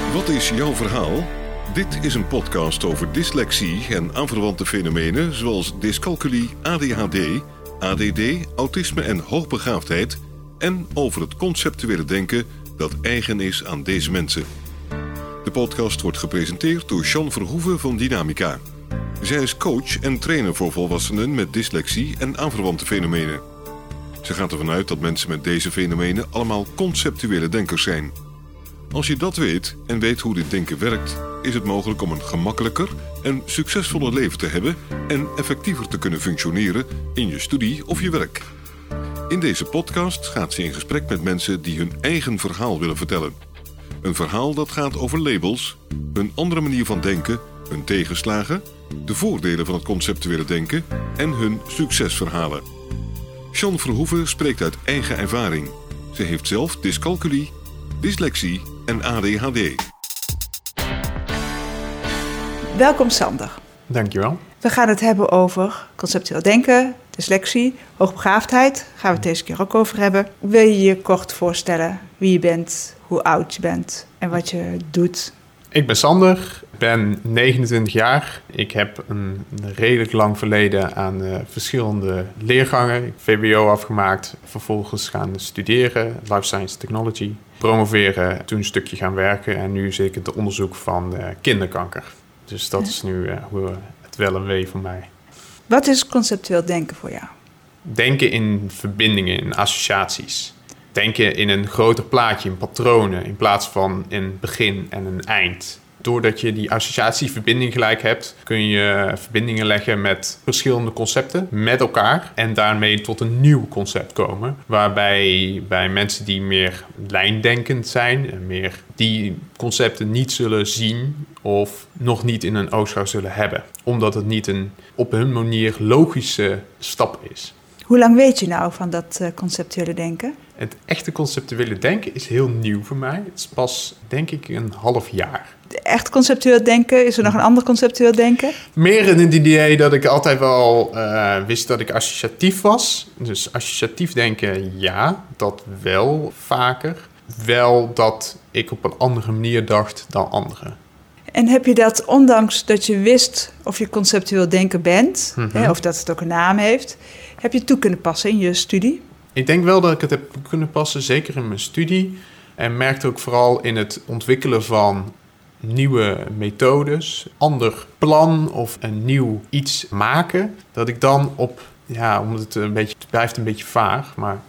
Wat is jouw verhaal? Dit is een podcast over dyslexie en aanverwante fenomenen zoals dyscalculie, ADHD, ADD, autisme en hoogbegaafdheid en over het conceptuele denken dat eigen is aan deze mensen. De podcast wordt gepresenteerd door Jean Verhoeven van Dynamica. Zij is coach en trainer voor volwassenen met dyslexie en aanverwante fenomenen. Ze gaat ervan uit dat mensen met deze fenomenen allemaal conceptuele denkers zijn. Als je dat weet en weet hoe dit denken werkt, is het mogelijk om een gemakkelijker en succesvoller leven te hebben en effectiever te kunnen functioneren in je studie of je werk. In deze podcast gaat ze in gesprek met mensen die hun eigen verhaal willen vertellen. Een verhaal dat gaat over labels, een andere manier van denken, hun tegenslagen, de voordelen van het conceptuele denken en hun succesverhalen. Jean Verhoeven spreekt uit eigen ervaring. Ze heeft zelf dyscalculie, dyslexie en ADHD. Welkom Sander. Dankjewel. We gaan het hebben over conceptueel denken, dyslexie, hoogbegaafdheid. Daar gaan we het deze keer ook over hebben. Wil je je kort voorstellen wie je bent, hoe oud je bent en wat je doet? Ik ben Sander, ben 29 jaar. Ik heb een redelijk lang verleden aan verschillende leergangen. Ik heb VWO afgemaakt, vervolgens gaan studeren, Life Science Technology. Promoveren, toen een stukje gaan werken en nu zit ik in het onderzoek van kinderkanker. Dus dat is nu het wel en wee voor mij. Wat is conceptueel denken voor jou? Denken in verbindingen, in associaties. Denken in een groter plaatje, in patronen, in plaats van een begin en een eind. Doordat je die associatieverbinding gelijk hebt, kun je verbindingen leggen met verschillende concepten met elkaar en daarmee tot een nieuw concept komen. Waarbij bij mensen die meer lijndenkend zijn en meer die concepten niet zullen zien of nog niet in een oogschouw zullen hebben. Omdat het niet een op hun manier logische stap is. Hoe lang weet je nou van dat conceptuele denken? Het echte conceptuele denken is heel nieuw voor mij. Het is pas, denk ik, een half jaar. Echt conceptueel denken? Is er nog een ander conceptueel denken? Meer in het idee dat ik altijd wel wist dat ik associatief was. Dus associatief denken, ja, dat wel vaker. Wel dat ik op een andere manier dacht dan anderen. En heb je dat, ondanks dat je wist of je conceptueel denken bent, of dat het ook een naam heeft, heb je toe kunnen passen in je studie? Ik denk wel dat ik het heb kunnen passen, zeker in mijn studie. En merkte ook vooral in het ontwikkelen van nieuwe methodes, ander plan of een nieuw iets maken. Dat ik dan omdat het blijft een beetje vaag, maar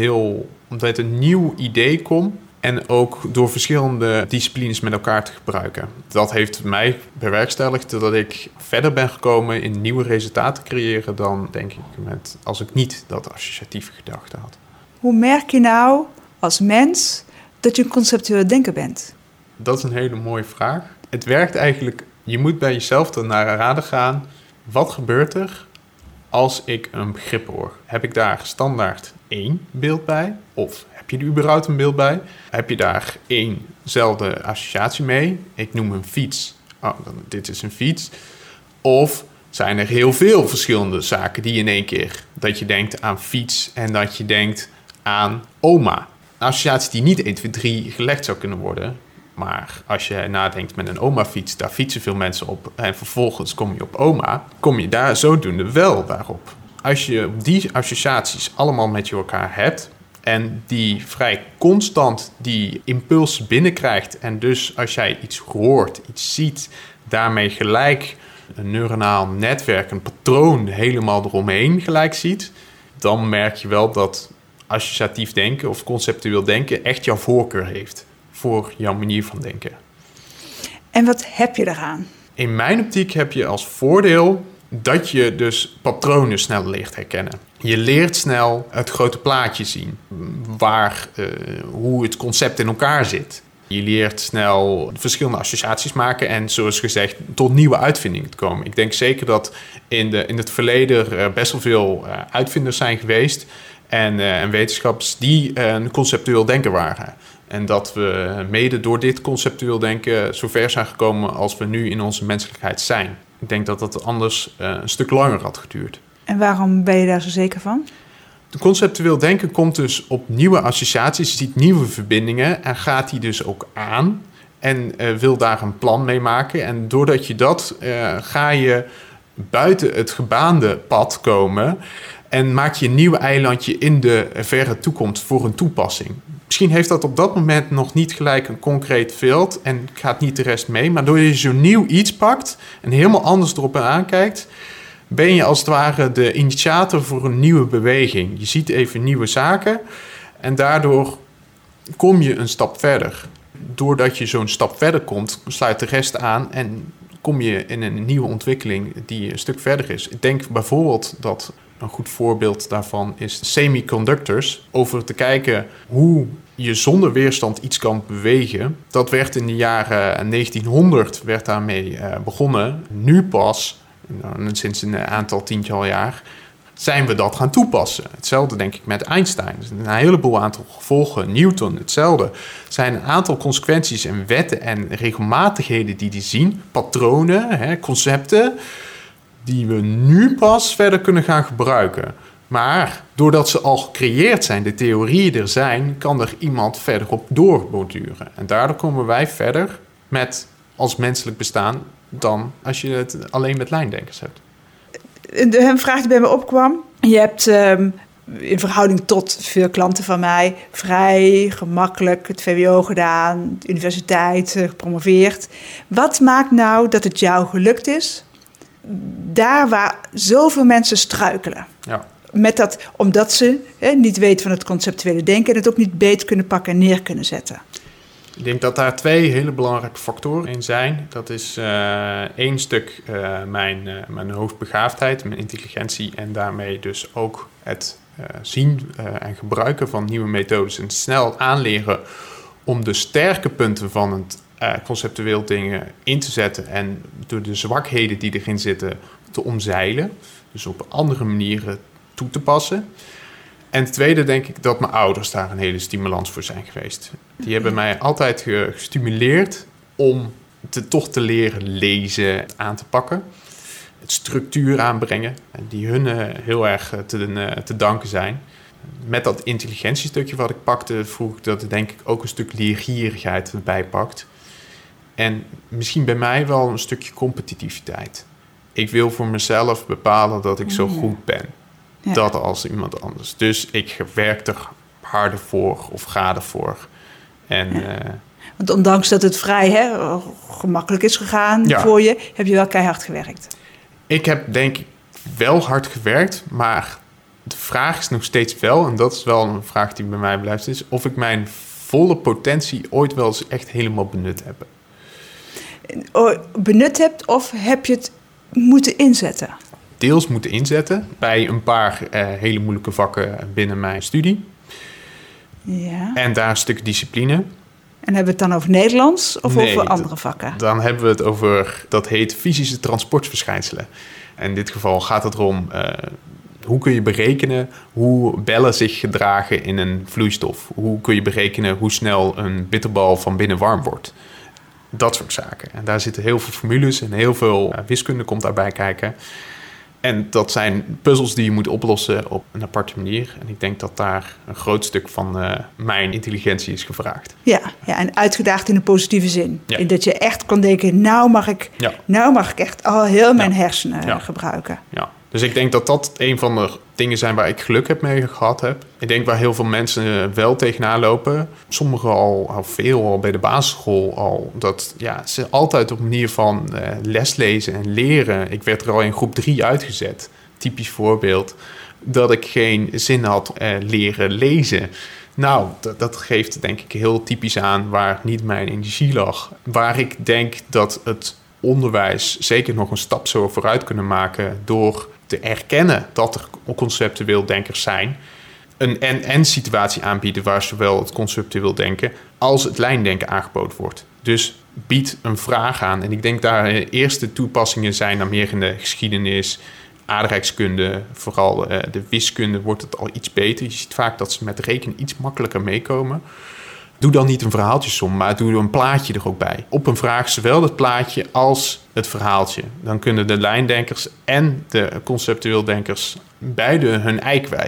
omdat een nieuw idee komt. En ook door verschillende disciplines met elkaar te gebruiken. Dat heeft mij bewerkstelligd dat ik verder ben gekomen in nieuwe resultaten creëren dan, denk ik, als ik niet dat associatieve gedachte had. Hoe merk je nou als mens dat je een conceptueel denker bent? Dat is een hele mooie vraag. Het werkt eigenlijk, je moet bij jezelf ernaar raden gaan. Wat gebeurt er als ik een begrip hoor? Heb ik daar standaard 1 beeld bij? Of heb je er überhaupt een beeld bij? Heb je daar éénzelfde associatie mee? Ik noem een fiets. Dit is een fiets. Of zijn er heel veel verschillende zaken die in één keer, dat je denkt aan fiets en dat je denkt aan oma. Een associatie die niet 1, 2, 3 gelegd zou kunnen worden. Maar als je nadenkt met een oma-fiets, daar fietsen veel mensen op. En vervolgens kom je op oma, kom je daar zodoende wel daarop. Als je die associaties allemaal met je elkaar hebt en die vrij constant die impuls binnenkrijgt. En dus als jij iets hoort, iets ziet, daarmee gelijk een neuronaal netwerk, een patroon helemaal eromheen gelijk ziet, dan merk je wel dat associatief denken of conceptueel denken echt jouw voorkeur heeft voor jouw manier van denken. En wat heb je eraan? In mijn optiek heb je als voordeel dat je dus patronen snel leert herkennen. Je leert snel het grote plaatje zien, hoe het concept in elkaar zit. Je leert snel verschillende associaties maken en zoals gezegd tot nieuwe uitvindingen te komen. Ik denk zeker dat in het verleden er best wel veel uitvinders zijn geweest en wetenschappers die een conceptueel denken waren. En dat we mede door dit conceptueel denken zo ver zijn gekomen als we nu in onze menselijkheid zijn. Ik denk dat dat anders een stuk langer had geduurd. En waarom ben je daar zo zeker van? De conceptueel denken komt dus op nieuwe associaties, ziet nieuwe verbindingen en gaat die dus ook aan. en wil daar een plan mee maken. En doordat je dat ga je buiten het gebaande pad komen en maak je een nieuw eilandje in de verre toekomst voor een toepassing. Misschien heeft dat op dat moment nog niet gelijk een concreet veld en gaat niet de rest mee. Maar doordat je zo'n nieuw iets pakt en helemaal anders erop aankijkt, ben je als het ware de initiator voor een nieuwe beweging. Je ziet even nieuwe zaken en daardoor kom je een stap verder. Doordat je zo'n stap verder komt, sluit de rest aan en kom je in een nieuwe ontwikkeling die een stuk verder is. Ik denk bijvoorbeeld dat een goed voorbeeld daarvan is semiconductors. Over te kijken hoe je zonder weerstand iets kan bewegen. Dat werd in de jaren 1900 werd daarmee begonnen. Nu pas, sinds een aantal tiental jaar, zijn we dat gaan toepassen. Hetzelfde denk ik met Einstein. Er zijn een heleboel aantal gevolgen. Newton, hetzelfde. Er zijn een aantal consequenties en wetten en regelmatigheden die zien. Patronen, concepten, die we nu pas verder kunnen gaan gebruiken. Maar doordat ze al gecreëerd zijn, de theorieën er zijn, kan er iemand verder op doorborduren. En daardoor komen wij verder met als menselijk bestaan dan als je het alleen met lijndenkers hebt. Een vraag die bij me opkwam. Je hebt in verhouding tot veel klanten van mij vrij gemakkelijk het VWO gedaan, de universiteit gepromoveerd. Wat maakt nou dat het jou gelukt is daar waar zoveel mensen struikelen? Ja. Omdat ze niet weten van het conceptuele denken en het ook niet beter kunnen pakken en neer kunnen zetten. Ik denk dat daar 2 hele belangrijke factoren in zijn. Dat is 1 stuk mijn hoofdbegaafdheid, mijn intelligentie en daarmee dus ook het zien en gebruiken van nieuwe methodes en snel aanleren om de sterke punten van het conceptueel dingen in te zetten en door de zwakheden die erin zitten te omzeilen. Dus op andere manieren toe te passen. En het tweede denk ik dat mijn ouders daar een hele stimulans voor zijn geweest. Die hebben mij altijd gestimuleerd om toch te leren lezen, aan te pakken. Het structuur aanbrengen, die hun heel erg te danken zijn. Met dat intelligentiestukje wat ik pakte, vroeg ik dat denk ik ook een stuk leergierigheid erbij pakt. En misschien bij mij wel een stukje competitiviteit. Ik wil voor mezelf bepalen dat ik zo goed ben. Ja. Dat als iemand anders. Dus ik werk er harder voor of ga ervoor. Want ondanks dat het vrij gemakkelijk is gegaan voor je, heb je wel keihard gewerkt. Ik heb denk ik wel hard gewerkt, maar de vraag is nog steeds wel, en dat is wel een vraag die bij mij blijft, is of ik mijn volle potentie ooit wel eens echt helemaal benut heb. Benut hebt of heb je het moeten inzetten? Deels moeten inzetten bij een paar hele moeilijke vakken binnen mijn studie. Ja. En daar een stuk discipline. En hebben we het dan over Nederlands of over andere vakken? Dan hebben we het over, dat heet fysische transportverschijnselen. En in dit geval gaat het erom, hoe kun je berekenen hoe bellen zich gedragen in een vloeistof? Hoe kun je berekenen hoe snel een bitterbal van binnen warm wordt? Dat soort zaken. En daar zitten heel veel formules en heel veel wiskunde komt daarbij kijken. En dat zijn puzzels die je moet oplossen op een aparte manier. En ik denk dat daar een groot stuk van mijn intelligentie is gevraagd. Ja, en uitgedaagd in een positieve zin. Ja. In dat je echt kon denken, nou mag ik echt al heel mijn hersenen gebruiken. Ja. Dus ik denk dat dat een van de dingen zijn waar ik geluk mee gehad heb. Ik denk waar heel veel mensen wel tegenaan lopen. Sommigen al bij de basisschool al. Dat ze altijd op een manier van leslezen en leren. Ik werd er al in groep 3 uitgezet. Typisch voorbeeld. Dat ik geen zin had leren lezen. Nou, dat geeft denk ik heel typisch aan waar niet mijn energie lag. Waar ik denk dat het onderwijs zeker nog een stap zou vooruit kunnen maken door te erkennen dat er conceptueel denkers zijn. Een en situatie aanbieden waar zowel het conceptueel denken als het lijndenken aangeboden wordt. Dus bied een vraag aan. En ik denk daar eerste toepassingen zijn dan meer in de geschiedenis, aardrijkskunde, vooral de wiskunde wordt het al iets beter. Je ziet vaak dat ze met rekenen iets makkelijker meekomen. Doe dan niet een verhaaltjesom, maar doe er een plaatje er ook bij. Op een vraag zowel het plaatje als het verhaaltje. Dan kunnen de lijndenkers en de conceptueel denkers beide hun ei kwijt.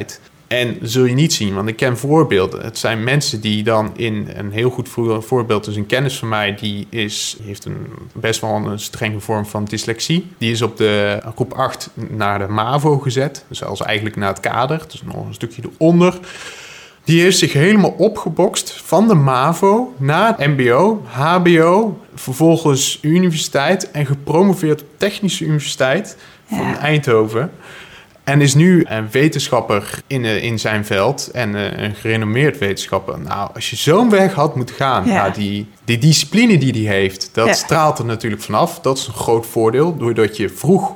En zul je niet zien, want ik ken voorbeelden. Het zijn mensen die dan in een heel goed voorbeeld, dus een kennis van mij, die heeft best wel een strenge vorm van dyslexie. Die is op de groep 8 naar de MAVO gezet, dus zelfs eigenlijk naar het kader, dus nog een stukje eronder. Die heeft zich helemaal opgebokst van de MAVO naar het MBO, HBO, vervolgens universiteit en gepromoveerd op Technische Universiteit van Eindhoven. En is nu een wetenschapper in zijn veld en een gerenommeerd wetenschapper. Nou, als je zo'n weg had moeten gaan, die discipline die hij heeft, dat straalt er natuurlijk vanaf. Dat is een groot voordeel, doordat je vroeg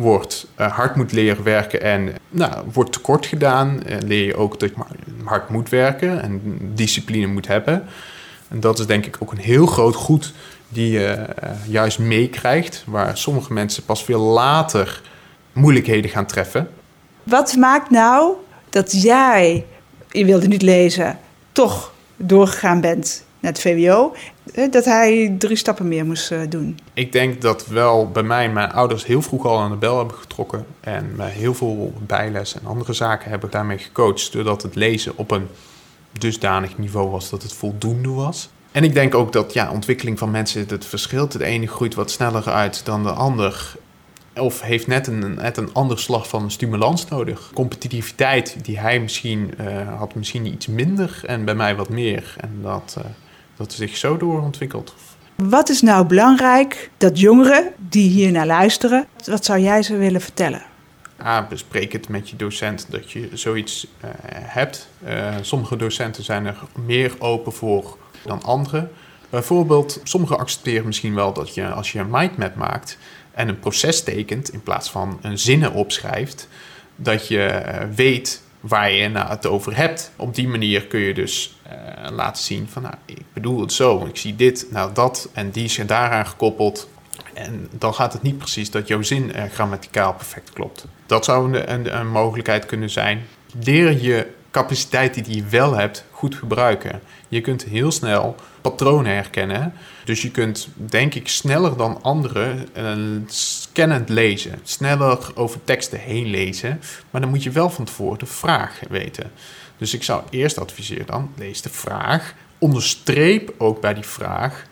hard moet leren werken en wordt tekort gedaan. Leer je ook dat je hard moet werken en discipline moet hebben. En dat is denk ik ook een heel groot goed die je juist meekrijgt, waar sommige mensen pas veel later moeilijkheden gaan treffen. Wat maakt nou dat jij, je wilde niet lezen, toch doorgegaan bent naar het VWO, dat hij 3 stappen meer moest doen? Ik denk dat wel bij mij mijn ouders heel vroeg al aan de bel hebben getrokken en mij heel veel bijles en andere zaken hebben daarmee gecoacht, doordat het lezen op een dusdanig niveau was dat het voldoende was. En ik denk ook dat ontwikkeling van mensen, het verschilt. De ene groeit wat sneller uit dan de ander. Of heeft net een ander slag van stimulans nodig. Competitiviteit die hij misschien had misschien iets minder en bij mij wat meer. En dat zich zo doorontwikkelt. Wat is nou belangrijk dat jongeren die hier naar luisteren, wat zou jij ze willen vertellen? Bespreek het met je docent dat je zoiets hebt. Sommige docenten zijn er meer open voor dan anderen. Bijvoorbeeld, sommigen accepteren misschien wel dat je als je een mindmap maakt en een proces tekent in plaats van een zinnen opschrijft, dat je weet waar je het over hebt. Op die manier kun je dus laten zien van ik bedoel het zo, ik zie dit, dat en die is daaraan gekoppeld. En dan gaat het niet precies dat jouw zin grammaticaal perfect klopt. Dat zou een mogelijkheid kunnen zijn. Leer je capaciteit die je wel hebt goed gebruiken. Je kunt heel snel patronen herkennen. Dus je kunt, denk ik, sneller dan anderen scannend lezen. Sneller over teksten heen lezen. Maar dan moet je wel van tevoren de vraag weten. Dus ik zou eerst adviseren dan, lees de vraag. Onderstreep ook bij die vraag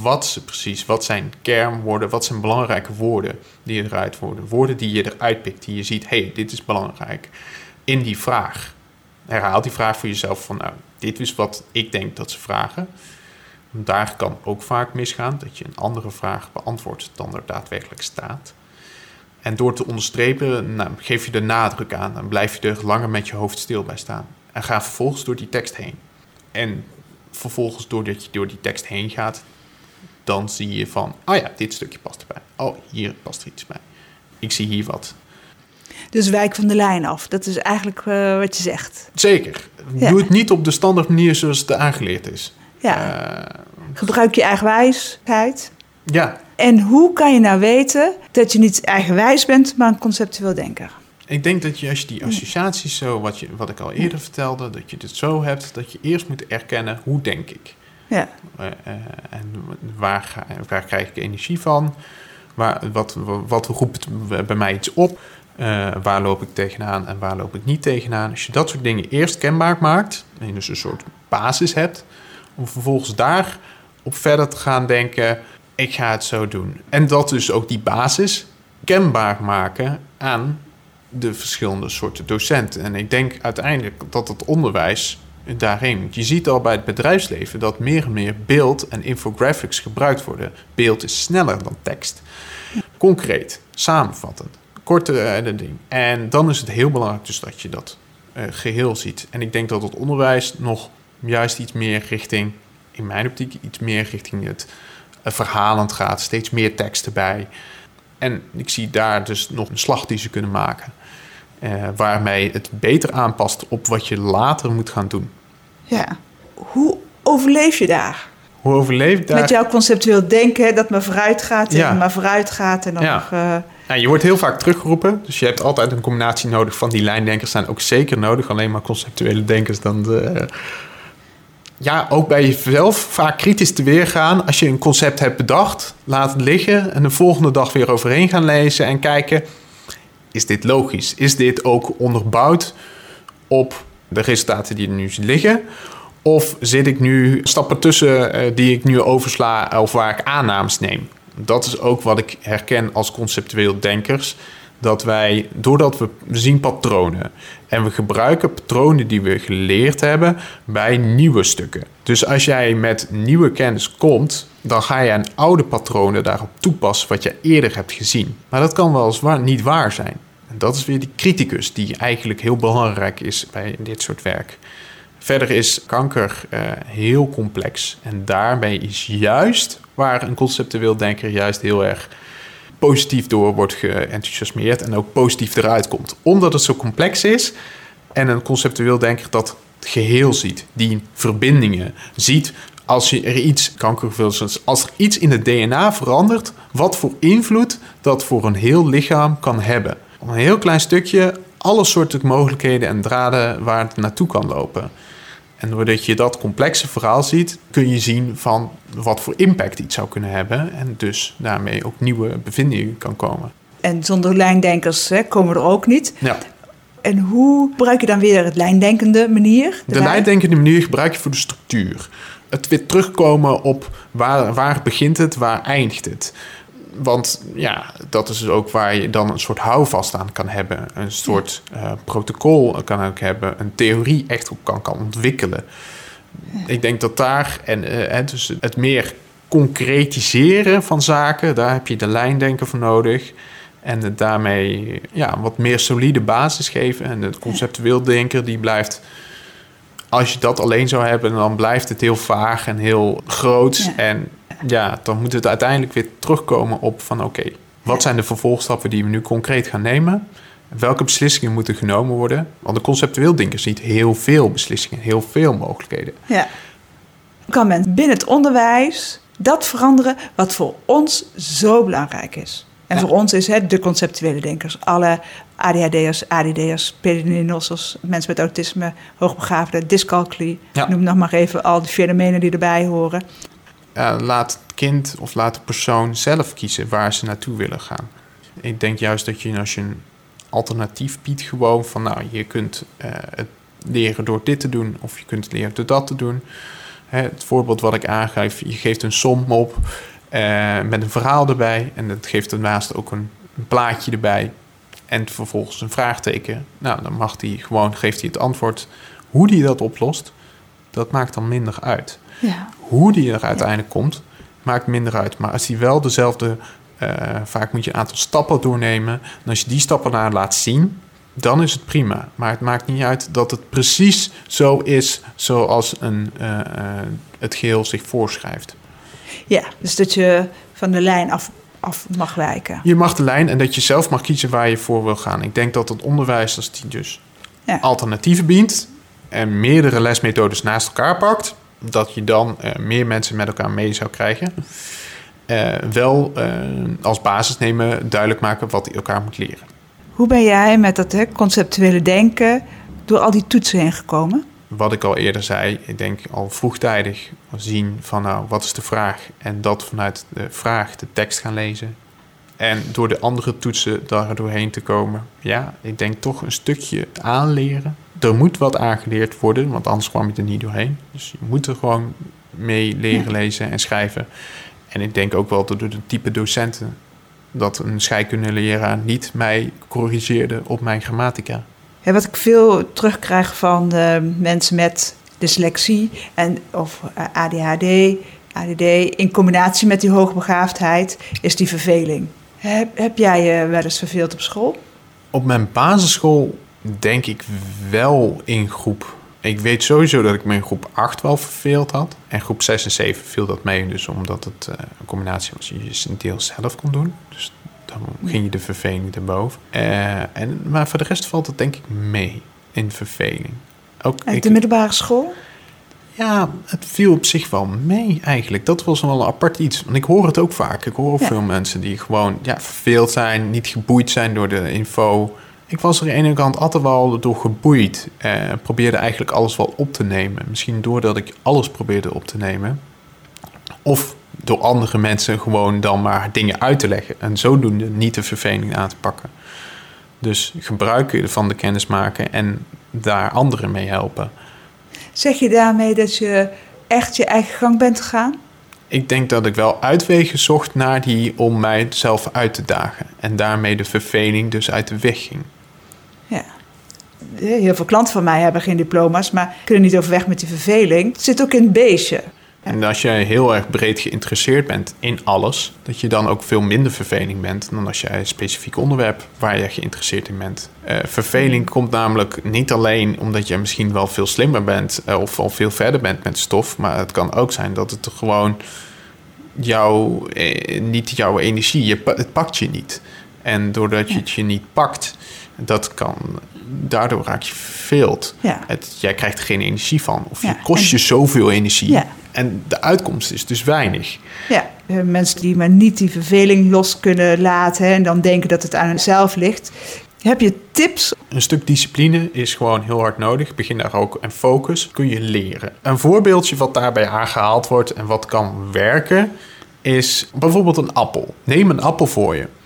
wat zijn kernwoorden, wat zijn belangrijke woorden die eruit worden. Woorden die je eruit pikt, die je ziet, dit is belangrijk. In die vraag. Herhaal die vraag voor jezelf van, dit is wat ik denk dat ze vragen. Daar kan ook vaak misgaan, dat je een andere vraag beantwoordt dan er daadwerkelijk staat. En door te onderstrepen, geef je de nadruk aan. Dan blijf je er langer met je hoofd stil bij staan. En ga vervolgens door die tekst heen. En vervolgens, doordat je door die tekst heen gaat, dan zie je van, dit stukje past erbij. Hier past er iets bij. Ik zie hier wat. Dus wijk van de lijn af. Dat is eigenlijk wat je zegt. Zeker. Doe het niet op de standaard manier zoals het aangeleerd is. Ja. Gebruik je eigenwijsheid. Ja. En hoe kan je nou weten dat je niet eigenwijs bent, maar een conceptueel denker? Ik denk dat als je die associaties zo, wat ik al eerder vertelde, dat je dit zo hebt, dat je eerst moet erkennen, hoe denk ik? Ja. En waar krijg ik energie van? Wat roept bij mij iets op? Waar loop ik tegenaan en waar loop ik niet tegenaan? Als je dat soort dingen eerst kenbaar maakt, en je dus een soort basis hebt, om vervolgens daar op verder te gaan denken, ik ga het zo doen. En dat dus ook die basis kenbaar maken aan de verschillende soorten docenten. En ik denk uiteindelijk dat het onderwijs daarheen moet. Je ziet al bij het bedrijfsleven dat meer en meer beeld en infographics gebruikt worden. Beeld is sneller dan tekst. Concreet, samenvattend, korte ding. En dan is het heel belangrijk dus dat je dat geheel ziet. En ik denk dat het onderwijs nog juist iets meer richting, in mijn optiek, iets meer richting het verhalend gaat. Steeds meer tekst erbij. En ik zie daar dus nog een slag die ze kunnen maken. Waarmee het beter aanpast op wat je later moet gaan doen. Ja. Hoe overleef je daar? Hoe overleef ik daar? Met jouw conceptueel denken, dat maar vooruit gaat en maar vooruit gaat. En dan nog, je wordt heel vaak teruggeroepen. Dus je hebt altijd een combinatie nodig van die lijndenkers. Zijn ook zeker nodig. Alleen maar conceptuele denkers dan ook bij jezelf vaak kritisch te weergaan. Als je een concept hebt bedacht, laat het liggen. En de volgende dag weer overheen gaan lezen en kijken, is dit logisch? Is dit ook onderbouwd op de resultaten die er nu liggen? Of zit ik nu stappen tussen die ik nu oversla of waar ik aannames neem? Dat is ook wat ik herken als conceptueel denkers. Dat wij, doordat we zien patronen en we gebruiken patronen die we geleerd hebben bij nieuwe stukken. Dus als jij met nieuwe kennis komt, dan ga je een oude patronen daarop toepassen wat je eerder hebt gezien. Maar dat kan wel eens niet waar zijn. En dat is weer die criticus die eigenlijk heel belangrijk is bij dit soort werk. Verder is kanker heel complex. En daarbij is juist waar een conceptueel denker juist heel erg positief door wordt geenthousiasmeerd en ook positief eruit komt. Omdat het zo complex is en een conceptueel denker dat geheel ziet, die verbindingen ziet. Als je er als er iets in het DNA verandert, wat voor invloed dat voor een heel lichaam kan hebben. Om een heel klein stukje, alle soorten mogelijkheden en draden waar het naartoe kan lopen. En doordat je dat complexe verhaal ziet, kun je zien van wat voor impact iets zou kunnen hebben. En dus daarmee ook nieuwe bevindingen kan komen. En zonder lijndenkers komen we er ook niet. Ja. En hoe gebruik je dan weer het lijndenkende manier? De lijndenkende manier gebruik je voor de structuur. Het weer terugkomen op waar begint het, waar eindigt het. Want ja, dat is dus ook waar je dan een soort houvast aan kan hebben. Een soort protocol kan ook hebben. Een theorie echt op kan ontwikkelen. Ik denk dat daar, dus het meer concretiseren van zaken, daar heb je de lijndenker voor nodig. En het daarmee wat meer solide basis geven. En het conceptueel denker die blijft, als je dat alleen zou hebben, dan blijft het heel vaag en heel groot. Ja. En dan moet het uiteindelijk weer terugkomen op van oké, wat zijn de vervolgstappen die we nu concreet gaan nemen? Welke beslissingen moeten genomen worden? Want de conceptueel denker ziet heel veel beslissingen, heel veel mogelijkheden. Ja. Kan men binnen het onderwijs dat veranderen wat voor ons zo belangrijk is? En voor ons is de conceptuele denkers, alle ADHD'ers, ADD'ers, PDD-nossers, mensen met autisme, hoogbegaafden, dyscalculie. Noem nog maar even al die fenomenen die erbij horen. Laat het kind of laat de persoon zelf kiezen waar ze naartoe willen gaan. Ik denk juist dat als je een alternatief biedt, gewoon van je kunt het leren door dit te doen of je kunt het leren door dat te doen. Het voorbeeld wat ik aangeef, je geeft een som op met een verhaal erbij en dat geeft daarnaast ook een plaatje erbij en vervolgens een vraagteken. Nou, dan geeft hij het antwoord. Hoe hij dat oplost, dat maakt dan minder uit. Ja. Hoe die er uiteindelijk komt, maakt minder uit. Maar als hij wel dezelfde, vaak moet je een aantal stappen doornemen. En als je die stappen naar laat zien, dan is het prima. Maar het maakt niet uit dat het precies zo is zoals het geheel zich voorschrijft. Ja, dus dat je van de lijn af mag wijken. Je mag de lijn en dat je zelf mag kiezen waar je voor wil gaan. Ik denk dat het onderwijs, als die dus alternatieven biedt en meerdere lesmethodes naast elkaar pakt, dat je dan meer mensen met elkaar mee zou krijgen. Als basis nemen, duidelijk maken wat die elkaar moet leren. Hoe ben jij met dat conceptuele denken door al die toetsen heen gekomen? Wat ik al eerder zei, ik denk al vroegtijdig zien van wat is de vraag? En dat vanuit de vraag de tekst gaan lezen. En door de andere toetsen daar doorheen te komen. Ja, ik denk toch een stukje aanleren. Er moet wat aangeleerd worden, want anders kwam je er niet doorheen. Dus je moet er gewoon mee leren lezen en schrijven. En ik denk ook wel dat door de type docenten dat een scheikundeleraar niet mij corrigeerde op mijn grammatica. Ja, wat ik veel terugkrijg van mensen met dyslexie of ADHD, ADD, in combinatie met die hoogbegaafdheid, is die verveling. Heb jij je wel eens verveeld op school? Op mijn basisschool denk ik wel in groep. Ik weet sowieso dat ik me in groep 8 wel verveeld had. En groep 6 en 7 viel dat mee, dus omdat het een combinatie was. Je een deel zelf kon doen. Dus dan ging je de verveling erboven. Maar voor de rest valt het denk ik mee in verveling. Ook de middelbare school? Ja, het viel op zich wel mee eigenlijk. Dat was wel een apart iets. Want ik hoor het ook vaak. Ik hoor ook veel mensen die gewoon verveeld zijn, niet geboeid zijn door de info. Ik was er aan de ene kant altijd wel door geboeid. Probeerde eigenlijk alles wel op te nemen. Misschien doordat ik alles probeerde op te nemen. Of door andere mensen gewoon dan maar dingen uit te leggen. En zodoende niet de verveling aan te pakken. Dus gebruik van de kennis maken en daar anderen mee helpen. Zeg je daarmee dat je echt je eigen gang bent gegaan? Ik denk dat ik wel uitwegen zocht naar die om mijzelf uit te dagen. En daarmee de verveling dus uit de weg ging. Ja. Heel veel klanten van mij hebben geen diploma's, maar kunnen niet overweg met die verveling. Het zit ook in het beestje. En als jij heel erg breed geïnteresseerd bent in alles, dat je dan ook veel minder verveling bent dan als jij een specifiek onderwerp waar je geïnteresseerd in bent. Verveling komt namelijk niet alleen omdat jij misschien wel veel slimmer bent of al veel verder bent met stof, maar het kan ook zijn dat het gewoon niet jouw energie, het pakt je niet. En doordat je het je niet pakt, daardoor raak je verveeld. Ja. Jij krijgt er geen energie van. Of je kost je zoveel energie. Ja. En de uitkomst is dus weinig. Ja, mensen die maar niet die verveling los kunnen laten en dan denken dat het aan hunzelf ligt. Heb je tips? Een stuk discipline is gewoon heel hard nodig. Begin daar ook en focus kun je leren. Een voorbeeldje wat daarbij aangehaald wordt en wat kan werken is bijvoorbeeld een appel. Neem een appel voor je.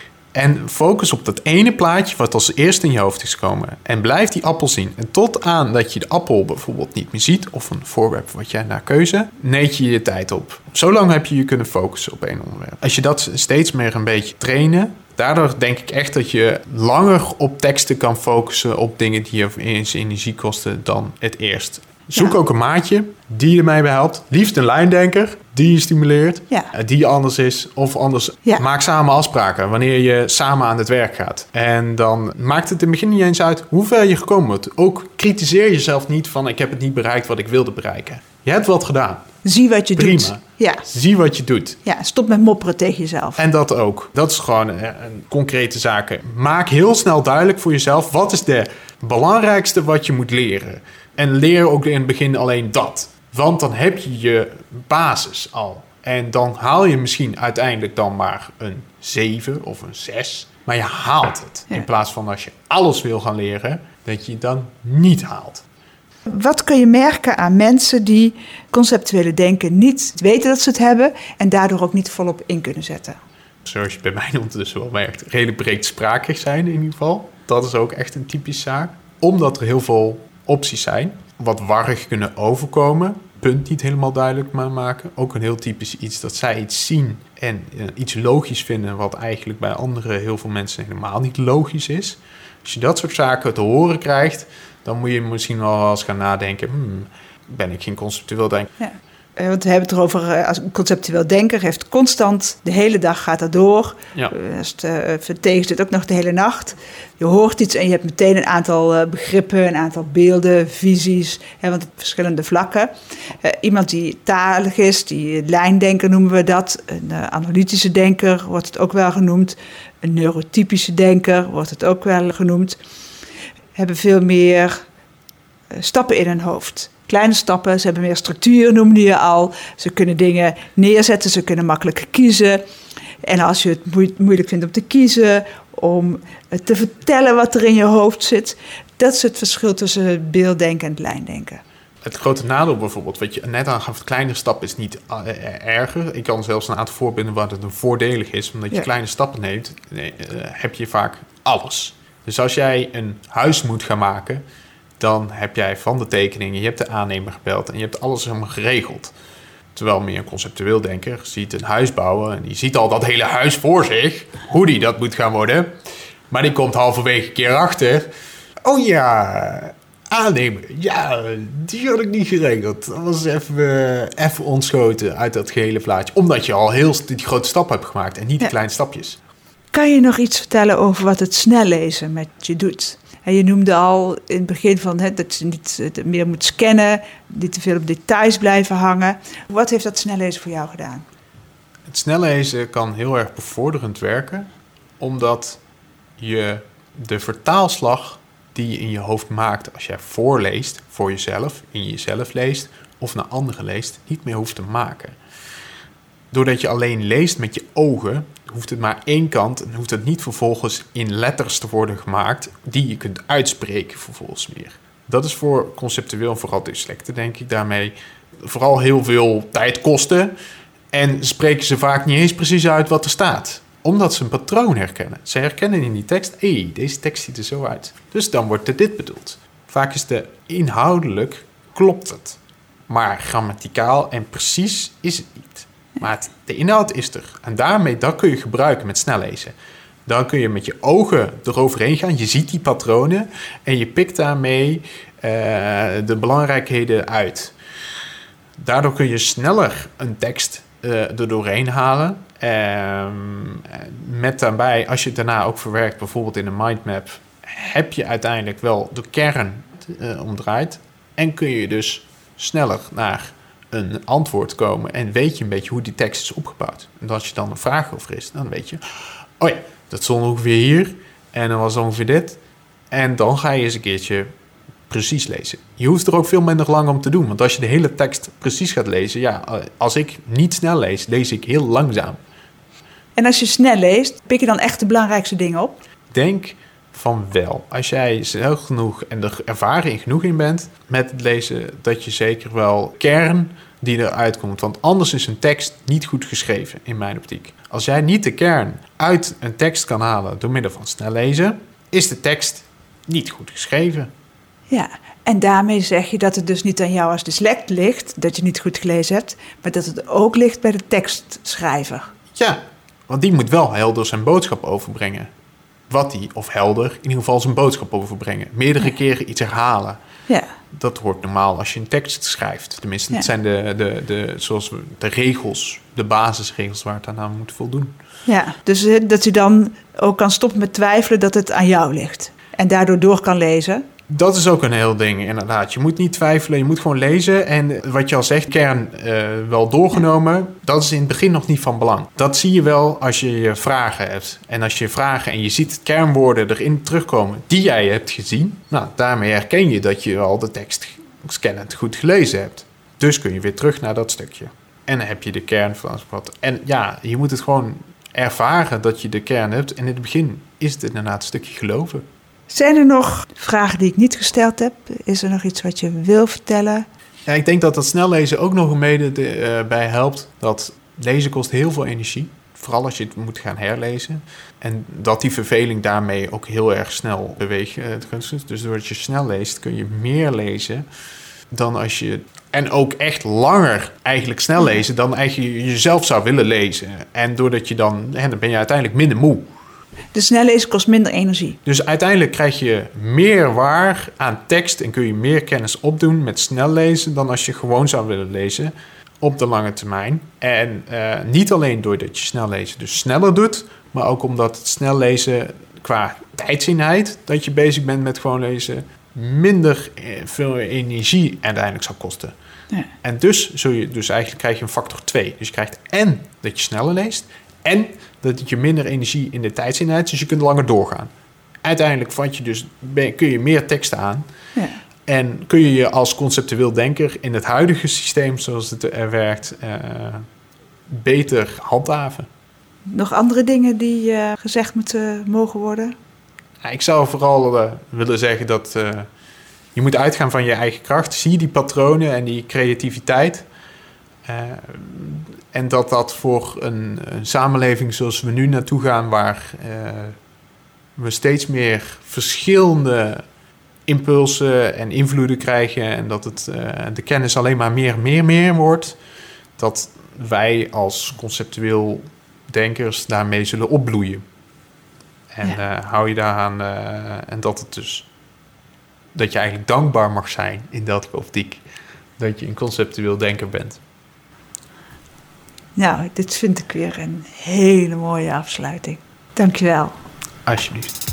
En focus op dat ene plaatje wat als eerste in je hoofd is gekomen. En blijf die appel zien. En tot aan dat je de appel bijvoorbeeld niet meer ziet, of een voorwerp wat jij naar keuze, neemt je tijd op. Zolang heb je kunnen focussen op één onderwerp. Als je dat steeds meer een beetje trainen, daardoor denk ik echt dat je langer op teksten kan focussen op dingen die je eens energie kosten dan het eerst. Zoek ook een maatje die ermee bij helpt. Liefst een lijndenker die je stimuleert. Ja. Die anders is. Of anders, maak samen afspraken wanneer je samen aan het werk gaat. En dan maakt het in het begin niet eens uit hoe ver je gekomen wordt. Ook kritiseer jezelf niet van ik heb het niet bereikt wat ik wilde bereiken. Je hebt wat gedaan. Zie wat je doet. Prima. Ja. Zie wat je doet. Ja, stop met mopperen tegen jezelf. En dat ook. Dat is gewoon een concrete zaak. Maak heel snel duidelijk voor jezelf wat is de belangrijkste wat je moet leren. En leer ook in het begin alleen dat. Want dan heb je je basis al. En dan haal je misschien uiteindelijk dan maar een 7 of een 6. Maar je haalt het. Ja. In plaats van als je alles wil gaan leren, dat je het dan niet haalt. Wat kun je merken aan mensen die conceptuele denken niet weten dat ze het hebben en daardoor ook niet volop in kunnen zetten? Zoals je bij mij ondertussen wel merkt, redelijk breedsprakig zijn in ieder geval. Dat is ook echt een typische zaak. Omdat er heel veel opties zijn, wat warrig kunnen overkomen, punt niet helemaal duidelijk maken. Ook een heel typisch iets dat zij iets zien en iets logisch vinden wat eigenlijk bij anderen heel veel mensen helemaal niet logisch is. Als je dat soort zaken te horen krijgt, dan moet je misschien wel eens gaan nadenken, ben ik geen conceptueel denker? Ja. Want we hebben het erover, als een conceptueel denker heeft constant, de hele dag gaat dat door. Ja. Als het tegen zit ook nog de hele nacht. Je hoort iets en je hebt meteen een aantal begrippen, een aantal beelden, visies, want op verschillende vlakken. Iemand die talig is, die lijndenker noemen we dat. Een analytische denker wordt het ook wel genoemd. Een neurotypische denker wordt het ook wel genoemd. Hebben veel meer stappen in hun hoofd. Kleine stappen, ze hebben meer structuur, noemde je al. Ze kunnen dingen neerzetten, ze kunnen makkelijker kiezen. En als je het moeilijk vindt om te kiezen, om te vertellen wat er in je hoofd zit, dat is het verschil tussen het beelddenken en het lijndenken. Het grote nadeel bijvoorbeeld, wat je net aangaf, kleine stap is niet erger. Ik kan zelfs een aantal voorbeelden waar het een voordelig is. Omdat je kleine stappen neemt, heb je vaak alles. Dus als jij een huis moet gaan maken, dan heb jij van de tekeningen, je hebt de aannemer gebeld en je hebt alles helemaal geregeld. Terwijl meer een conceptueel denker ziet een huis bouwen en die ziet al dat hele huis voor zich, hoe die dat moet gaan worden. Maar die komt halverwege een keer achter. Oh ja, aannemer, ja, die had ik niet geregeld. Dat was even ontschoten uit dat gehele plaatje. Omdat je al die grote stap hebt gemaakt en niet de kleine stapjes. Kan je nog iets vertellen over wat het snel lezen met je doet? En je noemde al in het begin van dat je niet meer moet scannen, niet te veel op details blijven hangen. Wat heeft dat snel lezen voor jou gedaan? Het snel lezen kan heel erg bevorderend werken, omdat je de vertaalslag die je in je hoofd maakt als jij voorleest, voor jezelf, in jezelf leest of naar anderen leest, niet meer hoeft te maken. Doordat je alleen leest met je ogen, hoeft het maar één kant en hoeft het niet vervolgens in letters te worden gemaakt die je kunt uitspreken vervolgens meer. Dat is voor conceptueel en vooral dyslecten, denk ik, daarmee vooral heel veel tijd kosten en spreken ze vaak niet eens precies uit wat er staat. Omdat ze een patroon herkennen. Ze herkennen in die tekst, deze tekst ziet er zo uit. Dus dan wordt er dit bedoeld. Vaak is de inhoudelijk, klopt het. Maar grammaticaal en precies is het niet. Maar de inhoud is er. En daarmee, dat kun je gebruiken met snellezen. Dan kun je met je ogen eroverheen gaan. Je ziet die patronen en je pikt daarmee de belangrijkheden uit. Daardoor kun je sneller een tekst er doorheen halen. Met daarbij, als je het daarna ook verwerkt, bijvoorbeeld in een mindmap, heb je uiteindelijk wel de kern omdraaid. En kun je dus sneller naar een antwoord komen en weet je een beetje hoe die tekst is opgebouwd. En als je dan een vraag over is, dan weet je, oh ja, dat stond ongeveer hier en dan was ongeveer dit. En dan ga je eens een keertje precies lezen. Je hoeft er ook veel minder lang om te doen, want als je de hele tekst precies gaat lezen, ja, als ik niet snel lees, lees ik heel langzaam. En als je snel leest, pik je dan echt de belangrijkste dingen op? Denk van wel. Als jij snel genoeg en er ervaring genoeg in bent met het lezen, dat je zeker wel kern die eruit komt. Want anders is een tekst niet goed geschreven, in mijn optiek. Als jij niet de kern uit een tekst kan halen door middel van snel lezen, is de tekst niet goed geschreven. Ja, en daarmee zeg je dat het dus niet aan jou als dyslect ligt, dat je niet goed gelezen hebt, maar dat het ook ligt bij de tekstschrijver. Ja, want die moet wel helder zijn boodschap overbrengen. Of helder, in ieder geval zijn boodschap overbrengen. Meerdere keren iets herhalen. Ja. Dat hoort normaal als je een tekst schrijft. Tenminste, dat zijn de regels, de basisregels waar het aan moet voldoen. Ja, dus dat je dan ook kan stoppen met twijfelen dat het aan jou ligt. En daardoor door kan lezen. Dat is ook een heel ding, inderdaad. Je moet niet twijfelen, je moet gewoon lezen. En wat je al zegt, kern wel doorgenomen, dat is in het begin nog niet van belang. Dat zie je wel als je vragen hebt. En als je vragen en je ziet kernwoorden erin terugkomen die jij hebt gezien, nou, daarmee herken je dat je al de tekst scannend goed gelezen hebt. Dus kun je weer terug naar dat stukje. En dan heb je de kern van wat. En ja, je moet het gewoon ervaren dat je de kern hebt. En in het begin is het inderdaad een stukje geloven. Zijn er nog vragen die ik niet gesteld heb? Is er nog iets wat je wil vertellen? Ja, ik denk dat snel lezen ook nog mede bij helpt. Dat lezen kost heel veel energie. Vooral als je het moet gaan herlezen. En dat die verveling daarmee ook heel erg snel beweegt. Dus doordat je snel leest kun je meer lezen dan als je... En ook echt langer eigenlijk snel lezen dan eigenlijk je jezelf zou willen lezen. En doordat je dan ben je uiteindelijk minder moe. De snel lezen kost minder energie. Dus uiteindelijk krijg je meer waar aan tekst en kun je meer kennis opdoen met snel lezen dan als je gewoon zou willen lezen op de lange termijn. En niet alleen doordat je snel lezen dus sneller doet, maar ook omdat het snel lezen qua tijdseenheid dat je bezig bent met gewoon lezen minder veel energie uiteindelijk zou kosten. Ja. En dus eigenlijk krijg je een factor 2. Dus je krijgt en dat je sneller leest en dat je minder energie in de tijdseenheid, dus je kunt langer doorgaan. Uiteindelijk kun je meer teksten aan. Ja. En kun je je als conceptueel denker in het huidige systeem, zoals het er werkt, beter handhaven. Nog andere dingen die gezegd mogen worden? Ja, ik zou vooral willen zeggen dat je moet uitgaan van je eigen kracht. Zie die patronen en die creativiteit. En dat voor een samenleving zoals we nu naartoe gaan, waar we steeds meer verschillende impulsen en invloeden krijgen en dat de kennis alleen maar meer wordt, dat wij als conceptueel denkers daarmee zullen opbloeien. En hou je daaraan en dat je eigenlijk dankbaar mag zijn in dat optiek, dat je een conceptueel denker bent. Nou, dit vind ik weer een hele mooie afsluiting. Dankjewel. Alsjeblieft.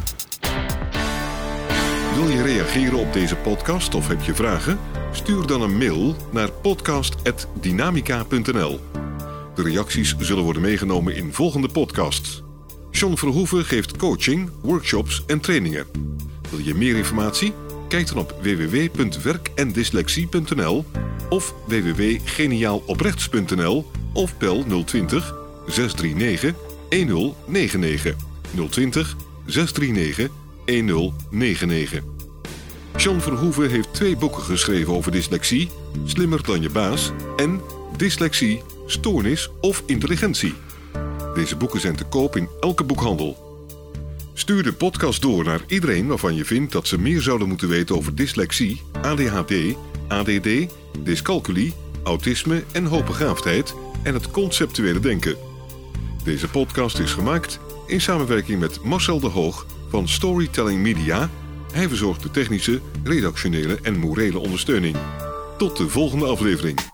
Wil je reageren op deze podcast of heb je vragen? Stuur dan een mail naar podcast@dynamica.nl. De reacties zullen worden meegenomen in volgende podcasts. John Verhoeven geeft coaching, workshops en trainingen. Wil je meer informatie? Kijk dan op www.werkendyslexie.nl of www.geniaaloprechts.nl of bel 020 639 1099. 020 639 1099. John Verhoeven heeft 2 boeken geschreven over dyslexie, Slimmer dan je baas en Dyslexie, stoornis of intelligentie. Deze boeken zijn te koop in elke boekhandel. Stuur de podcast door naar iedereen waarvan je vindt dat ze meer zouden moeten weten over dyslexie, ADHD, ADD, dyscalculie, autisme en hoogbegaafdheid en het conceptuele denken. Deze podcast is gemaakt in samenwerking met Marcel de Hoog van Storytelling Media. Hij verzorgt de technische, redactionele en morele ondersteuning. Tot de volgende aflevering.